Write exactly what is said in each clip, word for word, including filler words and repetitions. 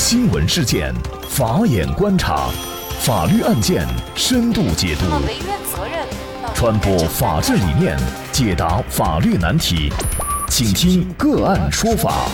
新闻事件，法眼观察，法律案件深度解读，传播法治理念，解答法律难题，请听个案说法。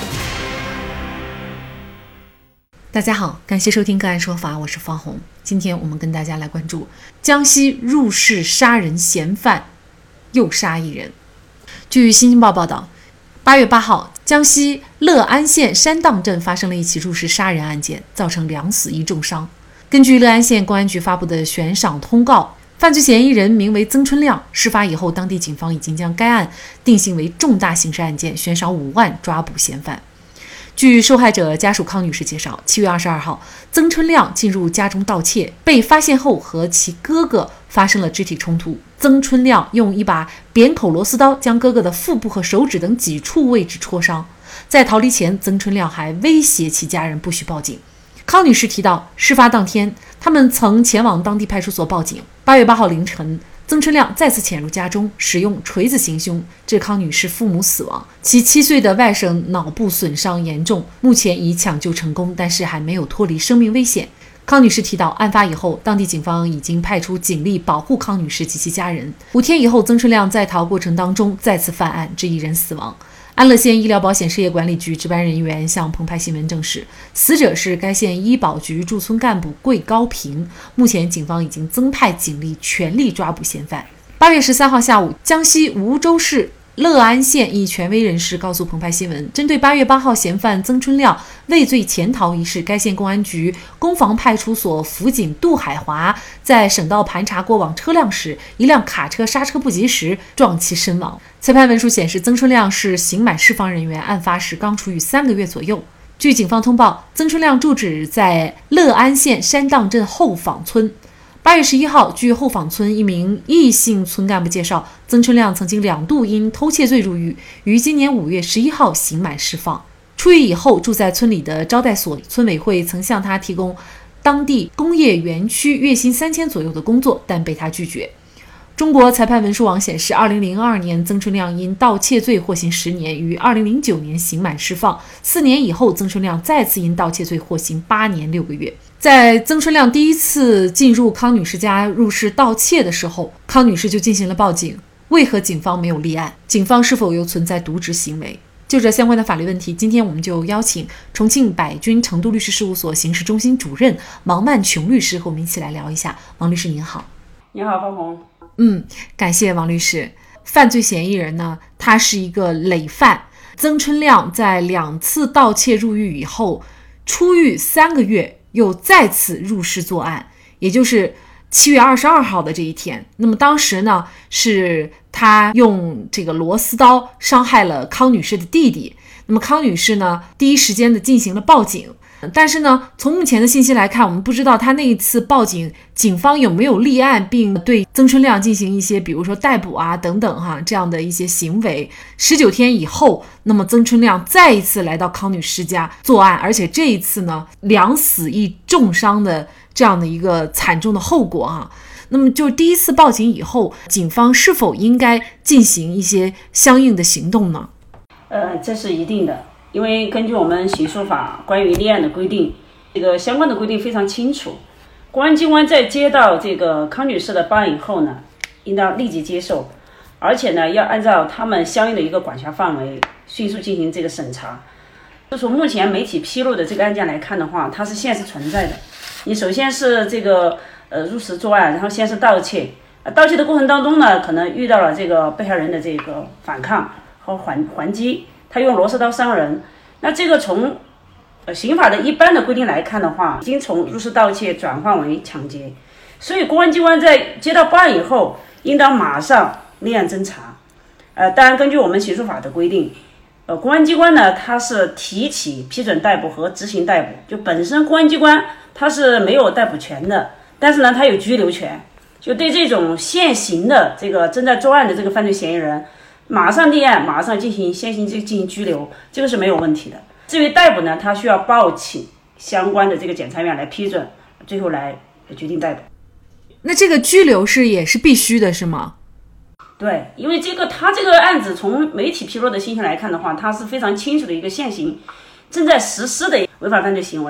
大家好，感谢收听个案说法，我是方红。今天我们跟大家来关注江西入室杀人嫌犯又杀一人。据新京报报道，八月八号，江西乐安县山荡镇发生了一起入室杀人案件，造成两死一重伤。根据乐安县公安局发布的悬赏通告，犯罪嫌疑人名为曾春亮。事发以后，当地警方已经将该案定性为重大刑事案件，悬赏五万抓捕嫌犯。据受害者家属康女士介绍，七月二十二号，曾春亮进入家中盗窃，被发现后和其哥哥发生了肢体冲突。曾春亮用一把扁口螺丝刀将哥哥的腹部和手指等几处位置戳伤。在逃离前，曾春亮还威胁其家人不许报警。康女士提到，事发当天，他们曾前往当地派出所报警。八月八号凌晨，曾春亮再次潜入家中，使用锤子行凶，致康女士父母死亡。其七岁的外甥脑部损伤严重，目前已抢救成功，但是还没有脱离生命危险。康女士提到，案发以后，当地警方已经派出警力保护康女士及其家人。五天以后，曾春亮在逃过程当中再次犯案，致一人死亡。安乐县医疗保险事业管理局值班人员向澎湃新闻证实，死者是该县医保局驻村干部桂高平。目前警方已经增派警力，全力抓捕嫌犯。八月十三号下午，江西梧州市乐安县一权威人士告诉澎湃新闻，针对八月八号嫌犯曾春亮畏罪潜逃一事，该县公安局攻防派出所辅警杜海华在省道盘查过往车辆时，一辆卡车刹车不及时撞其身亡。裁判文书显示，曾春亮是刑满释放人员，案发时刚出狱三个月左右。据警方通报，曾春亮住址在乐安县山荡镇后坊村。八月十一号，据后坊村一名异姓村干部介绍，曾春亮曾经两度因偷窃罪入狱，于今年五月十一号刑满释放。出狱以后，住在村里的招待所，村委会曾向他提供当地工业园区月薪三千左右的工作，但被他拒绝。中国裁判文书网显示，二零零二年曾春亮因盗窃罪获刑十年，于二零零九年刑满释放。四年以后，曾春亮再次因盗窃罪获刑八年六个月。在曾春亮第一次进入康女士家入室盗窃的时候，康女士就进行了报警。为何警方没有立案？警方是否又存在渎职行为？就这相关的法律问题，今天我们就邀请重庆百君成都律师事务所刑事中心主任王曼琼律师和我们一起来聊一下。王律师您好。 你好，方红。 嗯，感谢王律师。犯罪嫌疑人呢，他是一个累犯。曾春亮在两次盗窃入狱以后，出狱三个月，又再次入室作案，也就是七月二十二号的这一天。那么当时呢，是他用这个螺丝刀伤害了康女士的弟弟。那么康女士呢，第一时间的进行了报警。但是呢，从目前的信息来看，我们不知道他那一次报警，警方有没有立案，并对曾春亮进行一些，比如说逮捕啊等等哈这样的一些行为。十九天以后，那么曾春亮再一次来到康女士家作案，而且这一次呢，两死一重伤的这样的一个惨重的后果啊。那么就第一次报警以后，警方是否应该进行一些相应的行动呢？ 呃，这是一定的。因为根据我们刑诉法关于立案的规定，这个相关的规定非常清楚。公安机关在接到这个康女士的报案以后呢，应当立即接受，而且呢，要按照他们相应的一个管辖范围，迅速进行这个审查。就从目前媒体披露的这个案件来看的话，它是现实存在的。你首先是这个呃入室作案，然后先是盗窃，呃，盗窃的过程当中呢，可能遇到了这个被害人的这个反抗和还还击。他用螺丝刀伤人，那这个从呃刑法的一般的规定来看的话，已经从入室盗窃转换为抢劫，所以公安机关在接到报案以后，应当马上立案侦查。呃，当然根据我们刑诉法的规定，呃，公安机关呢，它是提起批准逮捕和执行逮捕，就本身公安机关它是没有逮捕权的，但是呢，它有拘留权，就对这种现行的这个正在作案的这个犯罪嫌疑人。马上立案，马上进行先行进行拘留，这个是没有问题的。至于逮捕呢，他需要报请相关的这个检察院来批准，最后来决定逮捕。 那这个拘留是也是必须的，是吗？ 对，因为这个他这个案子从媒体披露的信息来看的话，它是非常清楚的一个现行正在实施的违法犯罪行为，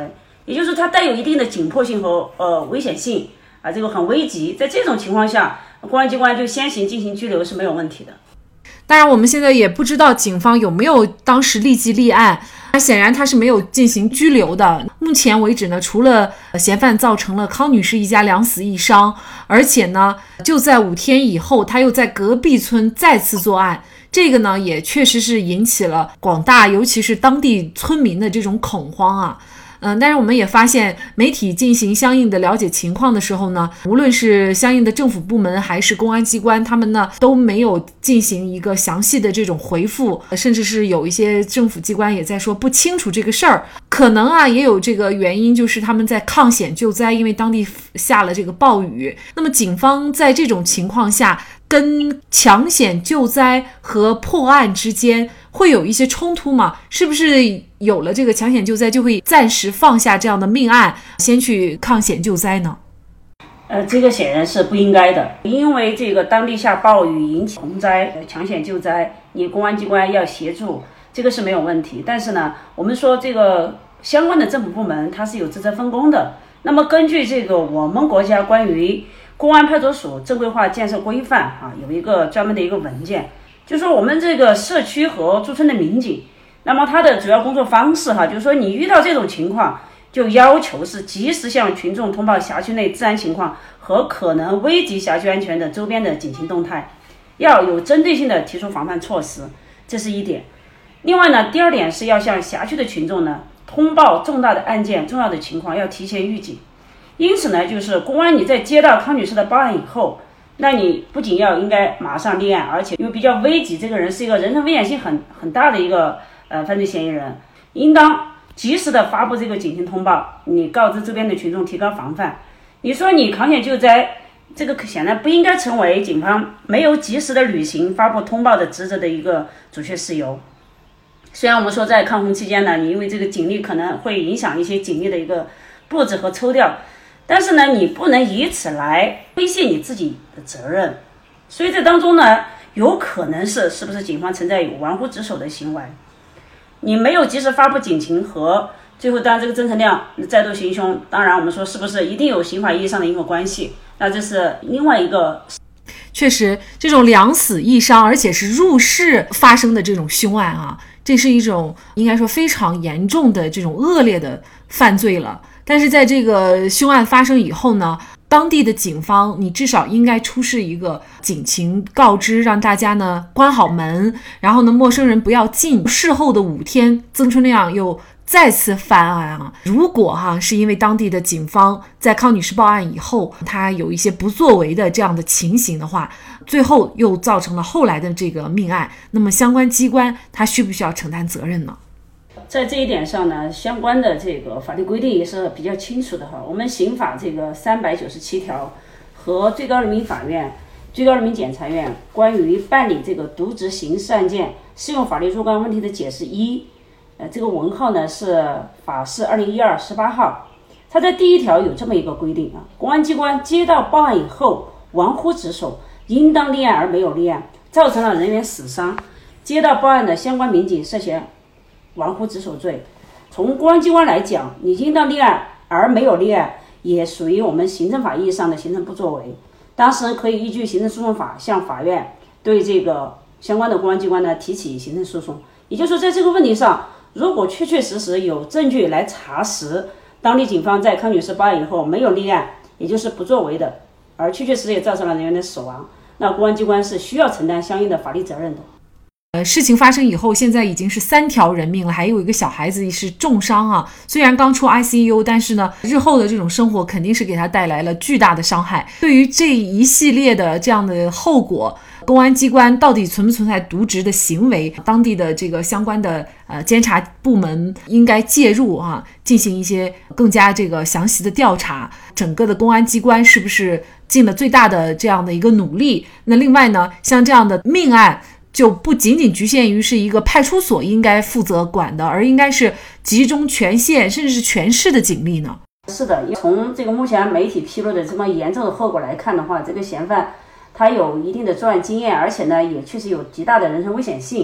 也就是它带有一定的紧迫性和呃危险性啊，这个很危急。在这种情况下，公安机关就先行进行拘留是没有问题的。 当然我们现在也不知道警方有没有当时立即立案，显然他是没有进行拘留的。目前为止呢，除了嫌犯造成了康女士一家两死一伤，而且呢就在五天以后他又在隔壁村再次作案，这个呢也确实是引起了广大尤其是当地村民的这种恐慌啊。嗯，但是我们也发现，媒体进行相应的了解情况的时候呢，无论是相应的政府部门还是公安机关，他们呢都没有进行一个详细的这种回复，甚至是有一些政府机关也在说不清楚这个事儿。可能啊也有这个原因，就是他们在抗险救灾，因为当地下了这个暴雨。那么警方在这种情况下，跟抢险救灾和破案之间会有一些冲突吗？是不是有了这个抢险救灾就会暂时放下这样的命案，先去抗险救灾呢？ 呃，这个显然是不应该的，因为这个当地下暴雨引起洪灾，抢险救灾，你公安机关要协助，这个是没有问题。但是呢，我们说这个相关的政府部门它是有职责分工的。那么根据这个我们国家关于公安派出所正规化建设规范啊，有一个专门的一个文件，就是说我们这个社区和驻村的民警，那么他的主要工作方式哈，就是说你遇到这种情况，就要求是及时向群众通报辖区内治安情况和可能危及辖区安全的周边的警情动态，要有针对性的提出防范措施，这是一点。另外呢，第二点是要向辖区的群众呢通报重大的案件、重要的情况，要提前预警。因此呢，就是公安你在接到康女士的报案以后，那你不仅要应该马上立案，而且因为比较危急，这个人是一个人身危险性很很大的一个呃犯罪嫌疑人，应当及时的发布这个警情通报，你告知周边的群众提高防范。你说你抗险救灾，这个显然不应该成为警方没有及时的履行发布通报的职责的一个主确事由。虽然我们说在抗洪期间呢，你因为这个警力可能会影响一些警力的一个布置和抽调，但是呢，你不能以此来推卸你自己的责任。所以这当中呢，有可能是是不是警方存在有玩忽职守的行为，你没有及时发布警情，和最后当这个曾成亮再度行凶，当然我们说是不是一定有刑法意义上的因果关系，那这是另外一个。 确实，这种两死一伤，而且是入室发生的这种凶案啊，这是一种应该说非常严重的这种恶劣的犯罪了。但是在这个凶案发生以后呢，当地的警方你至少应该出示一个警情告知，让大家呢关好门，然后呢陌生人不要进。事后的五天，曾春亮又再次犯案啊！如果哈、啊、是因为当地的警方在康女士报案以后，他有一些不作为的这样的情形的话，最后又造成了后来的这个命案，那么相关机关他需不需要承担责任呢？ 在这一点上呢，相关的这个法律规定也是比较清楚的哈。我们刑法这个三百九十七条和最高人民法院、最高人民检察院关于办理这个渎职刑事案件适用法律若干问题的解释一，呃，这个文号呢是法释二零一二十八号。它在第一条有这么一个规定啊，公安机关接到报案以后玩忽职守，应当立案而没有立案，造成了人员死伤，接到报案的相关民警涉嫌玩忽职守罪。从公安机关来讲，你应当立案而没有立案，也属于我们行政法意义上的行政不作为。当事人可以依据行政诉讼法向法院对这个相关的公安机关呢提起行政诉讼。也就是说，在这个问题上，如果确确实实有证据来查实当地警方在康女士报案以后没有立案，也就是不作为的，而确确实实也造成了人员的死亡，那公安机关是需要承担相应的法律责任的。 呃，事情发生以后，现在已经是三条人命了，还有一个小孩子是重伤啊。虽然刚出 I C U， 但是呢，日后的这种生活肯定是给他带来了巨大的伤害。对于这一系列的这样的后果，公安机关到底存不存在渎职的行为？当地的这个相关的呃监察部门应该介入啊，进行一些更加这个详细的调查。整个的公安机关是不是尽了最大的这样的一个努力？那另外呢，像这样的命案，就不仅仅局限于是一个派出所应该负责管的，而应该是集中全县甚至是全市的警力呢？ 是的，从这个目前媒体披露的这么严重的后果来看的话，这个嫌犯他有一定的作案经验，而且呢也确实有极大的人身危险性。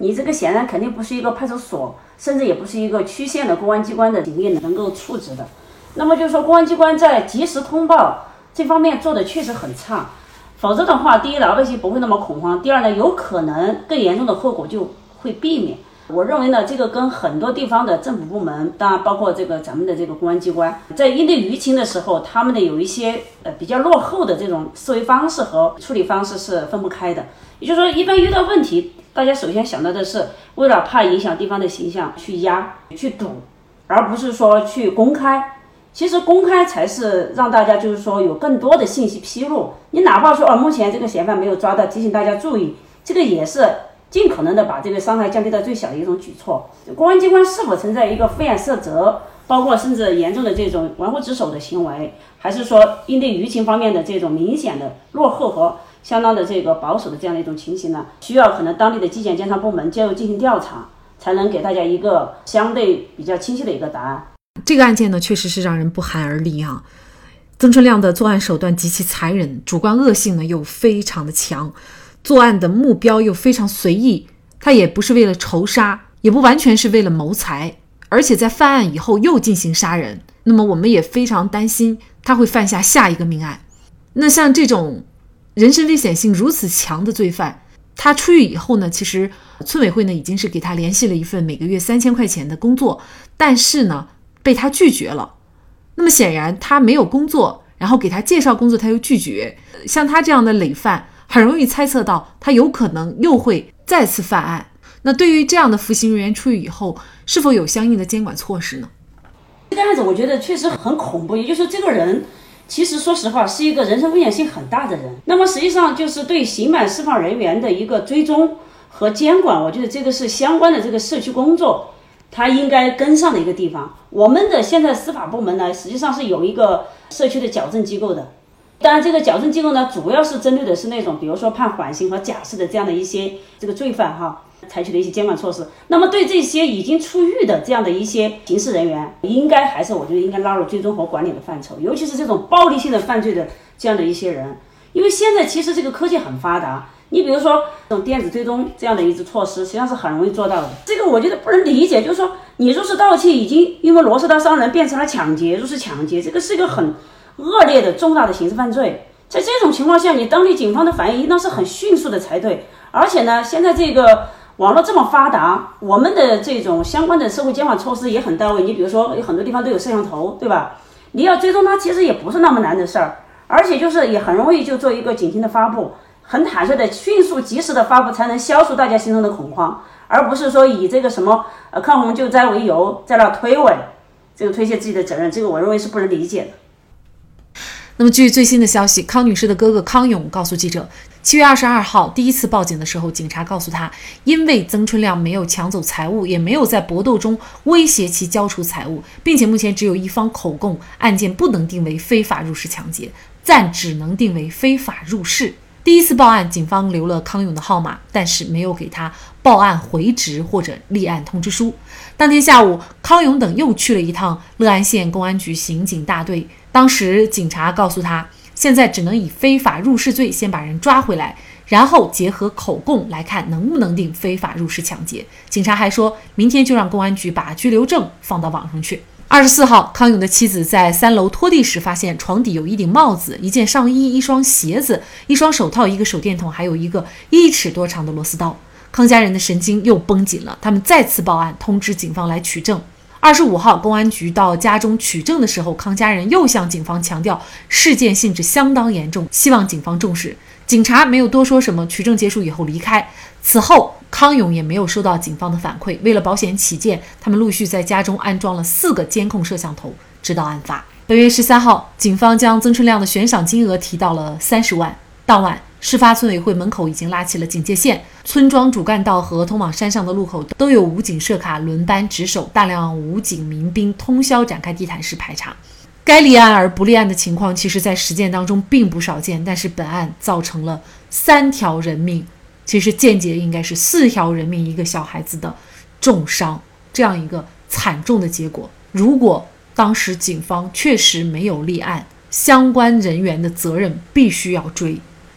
你这个显然肯定不是一个派出所，甚至也不是一个区县的公安机关的警力能够处置的。那么就是说，公安机关在及时通报这方面做的确实很差，否则的话，第一，老百姓不会那么恐慌；第二呢，有可能更严重的后果就会避免。我认为呢，这个跟很多地方的政府部门，当然包括这个咱们的这个公安机关，在应对舆情的时候，他们的有一些呃比较落后的这种思维方式和处理方式是分不开的。也就是说，一般遇到问题，大家首先想到的是为了怕影响地方的形象去压去堵，而不是说去公开。其实公开才是让大家就是说有更多的信息披露。你哪怕说哦，目前这个嫌犯没有抓到，提醒大家注意，这个也是尽可能的把这个伤害降低到最小的一种举措。公安机关是否存在一个敷衍塞责，包括甚至严重的这种玩忽职守的行为，还是说应对舆情方面的这种明显的落后和相当的这个保守的这样的一种情形呢？需要可能当地的纪检监察部门介入进行调查，才能给大家一个相对比较清晰的一个答案。 这个案件呢，确实是让人不寒而栗啊。曾春亮的作案手段极其残忍，主观恶性呢又非常的强，作案的目标又非常随意，他也不是为了仇杀，也不完全是为了谋财，而且在犯案以后又进行杀人。那么我们也非常担心他会犯下下一个命案。那像这种人身危险性如此强的罪犯，他出狱以后呢，其实村委会呢已经是给他联系了一份每个月三千块钱的工作，但是呢被他拒绝了。那么显然他没有工作，然后给他介绍工作他又拒绝，像他这样的累犯很容易猜测到他有可能又会再次犯案。那对于这样的服刑人员出狱以后，是否有相应的监管措施呢？ 这个案子我觉得确实很恐怖，也就是说这个人其实说实话是一个人身危险性很大的人。那么实际上就是对刑满释放人员的一个追踪和监管，我觉得这个是相关的这个社区工作它应该跟上的一个地方。我们的现在司法部门呢，实际上是有一个社区的矫正机构的。当然这个矫正机构呢，主要是针对的是那种比如说判缓刑和假释的这样的一些这个罪犯哈，采取的一些监管措施。那么对这些已经出狱的这样的一些刑事人员，应该还是我觉得应该纳入追踪和管理的范畴，尤其是这种暴力性的犯罪的这样的一些人。因为现在其实这个科技很发达，你比如说这种电子追踪这样的一支措施，实际上是很容易做到的。这个我觉得不能理解，就是说你入室盗窃已经因为螺丝刀伤人变成了抢劫，入室抢劫，这个是一个很恶劣的重大的刑事犯罪。在这种情况下，你当地警方的反应应当是很迅速的才对。而且呢，现在这个网络这么发达，我们的这种相关的社会监管措施也很到位。你比如说有很多地方都有摄像头，对吧？你要追踪它其实也不是那么难的事儿，而且就是也很容易就做一个警情的发布，很坦率的迅速及时的发布，才能消除大家心中的恐慌，而不是说以这个什么呃抗洪救灾为由在那推诿，这个推卸自己的责任，这个我认为是不能理解的。 那么据最新的消息，康女士的哥哥康勇告诉记者，七月二十二号第一次报警的时候，警察告诉他，因为曾春亮没有抢走财物，也没有在搏斗中威胁其交出财物，并且目前只有一方口供，案件不能定为非法入室抢劫，暂只能定为非法入室。第一次报案，警方留了康勇的号码，但是没有给他报案回执或者立案通知书。当天下午，康勇等又去了一趟乐安县公安局刑警大队，当时警察告诉他，现在只能以非法入室罪先把人抓回来，然后结合口供来看能不能定非法入室抢劫。警察还说明天就让公安局把拘留证放到网上去。二十四号，康勇的妻子在三楼拖地时发现床底有一顶帽子、一件上衣、一双鞋子、一双手套、一个手电筒，还有一个一尺多长的螺丝刀。康家人的神经又绷紧了，他们再次报案，通知警方来取证。二十五号，公安局到家中取证的时候，康家人又向警方强调事件性质相当严重，希望警方重视。警察没有多说什么，取证结束以后离开。此后，康勇也没有收到警方的反馈。为了保险起见，他们陆续在家中安装了四个监控摄像头，直到案发。本月十三号，警方将曾春亮的悬赏金额提到了三十万。当晚，事发村委会门口已经拉起了警戒线，村庄主干道和通往山上的路口都有武警设卡轮班值守，大量武警民兵通宵展开地毯式排查。该立案而不立案的情况，其实在实践当中并不少见，但是本案造成了三条人命，其实间接应该是四条人命一个小孩子的重伤，这样一个惨重的结果。如果当时警方确实没有立案，相关人员的责任必须要追。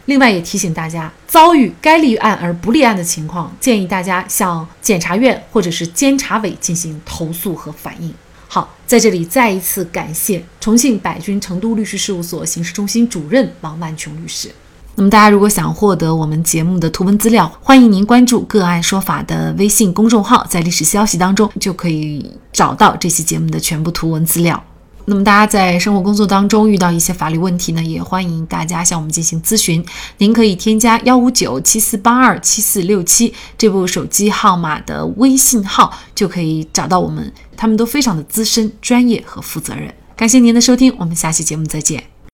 另外也提醒大家，遭遇该立案而不立案的情况，建议大家向检察院或者是监察委进行投诉和反映。好，在这里再一次感谢重庆百君成都律师事务所刑事中心主任王万琼律师。那么大家如果想获得我们节目的图文资料，欢迎您关注个案说法的微信公众号，在历史消息当中就可以找到这期节目的全部图文资料。那么大家在生活工作当中遇到一些法律问题呢，也欢迎大家向我们进行咨询。您可以添加一五九七四八二七四六七这部手机号码的微信号，就可以找到我们，他们都非常的资深、专业和负责任。感谢您的收听，我们下期节目再见。